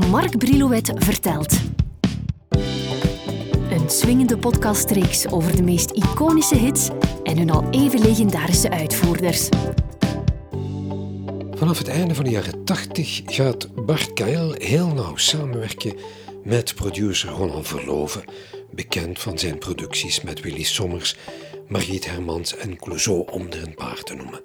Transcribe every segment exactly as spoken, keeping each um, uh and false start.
Mark Brilouet vertelt. Een swingende podcastreeks over de meest iconische hits en hun al even legendarische uitvoerders. Vanaf het einde van de jaren tachtig gaat Bart Kael heel nauw samenwerken met producer Roland Verloven, bekend van zijn producties met Willy Sommers, Margriet Hermans en Clouseau, om er een paar te noemen.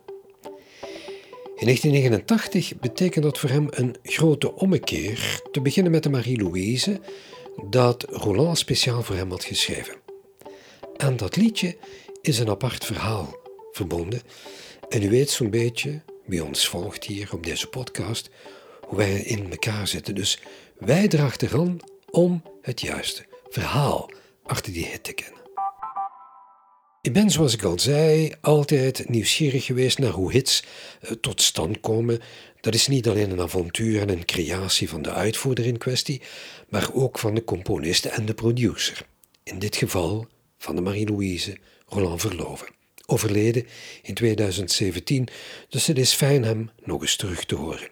In negentien negenentachtig betekent dat voor hem een grote ommekeer, te beginnen met de Marie-Louise, dat Roland speciaal voor hem had geschreven. Aan dat liedje is een apart verhaal verbonden en u weet zo'n beetje, wie ons volgt hier op deze podcast, hoe wij in elkaar zitten. Dus wij dragen eraan om het juiste verhaal achter die hit te kennen. Ik ben, zoals ik al zei, altijd nieuwsgierig geweest naar hoe hits uh, tot stand komen. Dat is niet alleen een avontuur en een creatie van de uitvoerder in kwestie, maar ook van de componist en de producer. In dit geval van de Marie-Louise, Roland Verloven. Overleden in tweeduizend zeventien, dus het is fijn hem nog eens terug te horen.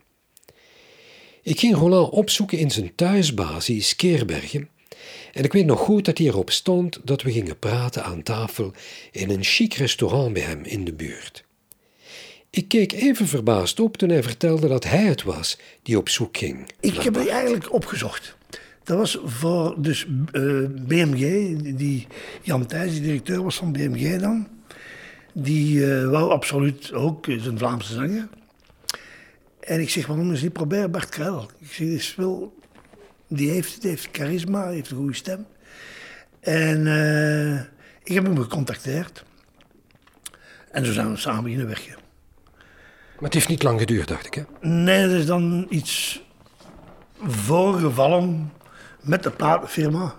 Ik ging Roland opzoeken in zijn thuisbasis Keerbergen en ik weet nog goed dat hij erop stond dat we gingen praten aan tafel in een chic restaurant bij hem in de buurt. Ik keek even verbaasd op toen hij vertelde dat hij het was die op zoek ging. Ik heb die eigenlijk opgezocht. Dat was voor dus uh, B M G, die Jan Thijs, die directeur was van B M G dan. Die uh, wou absoluut ook, is een Vlaamse zanger. En ik zeg, waarom is niet proberen Bart Kael? Ik zeg, die, is wel, die heeft, die heeft charisma, die heeft een goede stem. En uh, ik heb hem gecontacteerd. En zo zijn we samen beginnen werken. Maar het heeft niet lang geduurd, dacht ik, hè? Nee, er is dan iets voorgevallen met de platenfirma.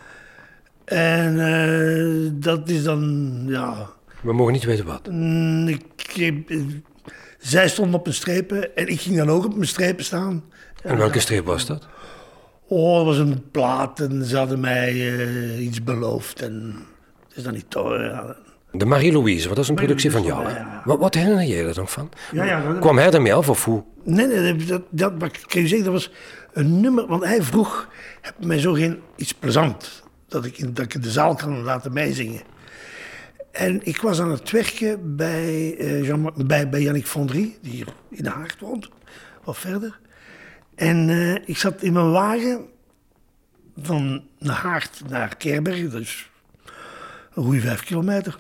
En uh, dat is dan, ja... We mogen niet weten wat. Ik, ik, zij stond op mijn strepen en ik ging dan ook op mijn strepen staan. En welke streep was dat? Oh, dat was een plaat en ze hadden mij uh, iets beloofd en het is dan niet toch. Ja. De Marie-Louise, dat is een productie van jou, hè? Ja, ja. Wat, wat herinner je er nog van? Ja, ja, dat... Kwam hij ermee af of hoe? Nee, nee, dat, dat, wat ik kan je zeggen, dat was een nummer, want hij vroeg, heb mij zo geen iets plezant, dat ik, in, dat ik in de zaal kan laten meezingen. En ik was aan het werken bij, uh, Jean, bij, bij Yannick Fondry, die hier in de Haag woont, wat verder. En uh, ik zat in mijn wagen van de Haag naar Keerbergen, dat is een goede vijf kilometer.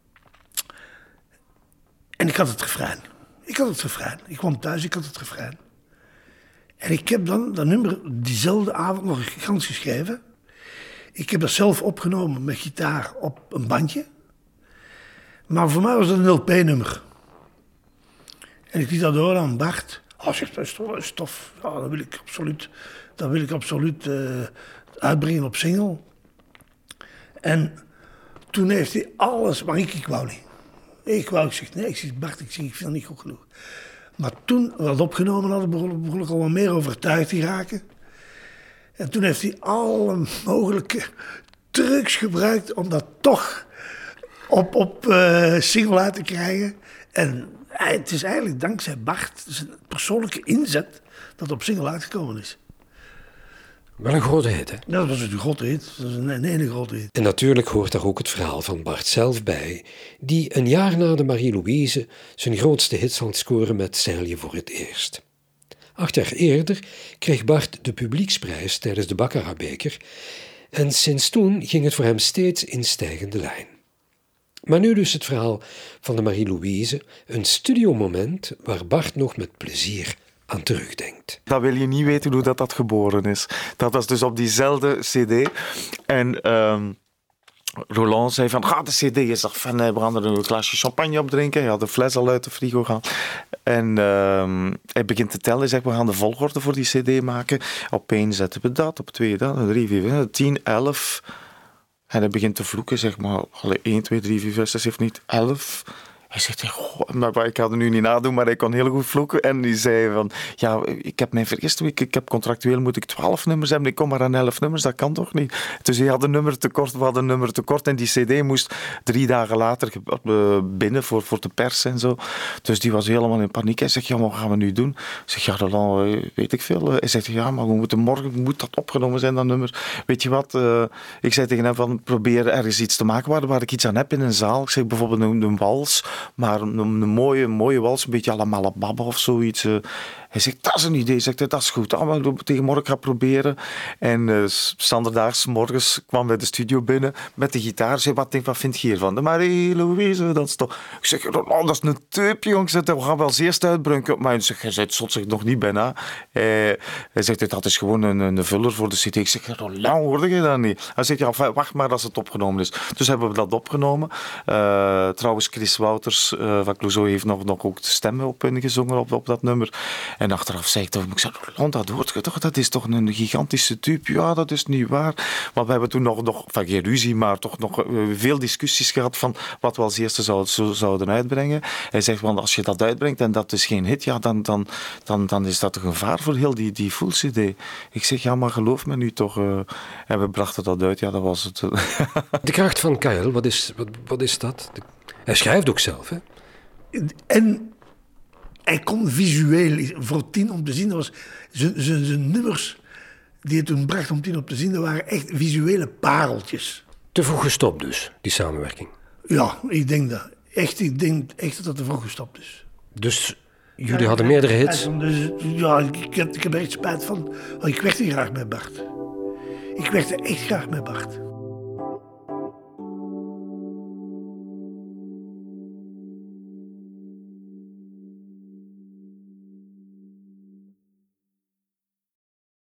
En ik had het refrein. Ik had het refrein. Ik kwam thuis, ik had het refrein. En ik heb dan dat nummer diezelfde avond nog gans geschreven. Ik heb dat zelf opgenomen met gitaar op een bandje. Maar voor mij was dat een L P-nummer. En ik liet dat door aan Bart. Oh, zegt, dat is tof, dat is tof. Ja, dat wil ik absoluut, dat wil ik absoluut uh, uitbrengen op single. En toen heeft hij alles, maar ik, ik wou niet. Ik wou, ik zeg, nee, ik zeg, Bart, ik, zeg, ik vind dat niet goed genoeg. Maar toen we dat opgenomen hadden, begon, begon ik al wat meer overtuigd te raken. En toen heeft hij alle mogelijke trucs gebruikt om dat toch op, op uh, single uit te krijgen. En uh, het is eigenlijk dankzij Bart, zijn persoonlijke inzet, dat het op single uitgekomen is. Wel een grote hit, hè? Dat was een grote hit. Dat was een, een hele grote hit. En natuurlijk hoort daar ook het verhaal van Bart zelf bij, die een jaar na de Marie-Louise zijn grootste hit zal scoren met Zeil je voor het eerst. Acht jaar eerder kreeg Bart de publieksprijs tijdens de Baccarat-beker en sinds toen ging het voor hem steeds in stijgende lijn. Maar nu dus het verhaal van de Marie-Louise, een studiomoment waar Bart nog met plezier aan terugdenkt. Dat wil je niet weten hoe dat, dat geboren is. Dat was dus op diezelfde cd. En um, Roland zei van, ga de cd is toch van, hij brandde een glaasje champagne opdrinken. Hij had de fles al uit de frigo gaan. En um, hij begint te tellen. Hij zegt, we gaan de volgorde voor die cd maken. Op één zetten we dat, op twee dat, op drie, vier, tien, elf. En hij begint te vloeken, zeg maar, één, twee, drie, vier, vijf, zes, zeven, niet, elf. Hij zegt, ja, goh, maar ik ga het nu niet nadoen, maar hij kon heel goed vloeken. En die zei van, ja, ik heb mij vergist. Ik, ik heb contractueel moet ik twaalf nummers hebben. Ik kom maar aan elf nummers, dat kan toch niet? Dus hij had een nummer tekort, we hadden een nummer tekort. En die cd moest drie dagen later binnen voor, voor de pers en zo. Dus die was helemaal in paniek. Hij zegt, ja, wat gaan we nu doen? Ik zeg, ja, Roland, weet ik veel. Hij zegt, ja, maar we moeten morgen moet dat opgenomen zijn, dat nummer. Weet je wat? Uh, ik zei tegen hem van, probeer ergens iets te maken waar, waar ik iets aan heb in een zaal. Ik zeg bijvoorbeeld een, een wals, maar een, een mooie, mooie wals, een beetje à la Malababa of zoiets. Uh, Hij zegt, dat is een idee. Zegt hij, dat is goed. Ah, maar tegen morgen gaan proberen. En uh, standaardaags morgens kwam bij de studio binnen met de gitaar. Zei, wat, wat vind je hiervan? De Marie-Louise, dat is toch... Ik zeg, oh, dat is een teupje, jongens. We gaan wel als eerst uitbrunken. Maar hij zegt, hij zegt, zot zich nog niet bijna. Uh, hij zegt, dat is gewoon een, een vuller voor de cd. Ik zeg, hoe lang hoorde je dat niet? Hij zegt, ja, wacht maar als het opgenomen is. Dus hebben we dat opgenomen. Uh, trouwens, Chris Wouters uh, van Clouseau heeft nog, nog ook de stemmen op ingezongen op, op dat nummer. En achteraf zei ik toch, ik zei, Roland, dat hoort je toch? Dat is toch een gigantische type? Ja, dat is niet waar. Want we hebben toen nog, nog van geen ruzie, maar toch nog uh, veel discussies gehad van wat we als eerste zouden, zo, zouden uitbrengen. Hij zegt, want als je dat uitbrengt en dat is geen hit, ja, dan, dan, dan, dan is dat een gevaar voor heel die, die full cd. Ik zeg, ja, maar geloof me nu toch. Uh, en we brachten dat uit, ja, dat was het. De kracht van Kyle, wat is, wat, wat is dat? De, hij schrijft ook zelf, hè? En hij kon visueel, voor tien om te zien, dat was zijn nummers die hij toen bracht om tien op te zien, dat waren echt visuele pareltjes. Te vroeg gestopt dus, die samenwerking? Ja, ik denk dat. Echt, ik denk echt dat dat te vroeg gestopt is. Dus jullie ja, hadden meerdere hits? Dus, ja, ik, ik, heb, ik heb er echt spijt van. Want ik werkte graag met Bart. Ik werkte echt graag met Bart.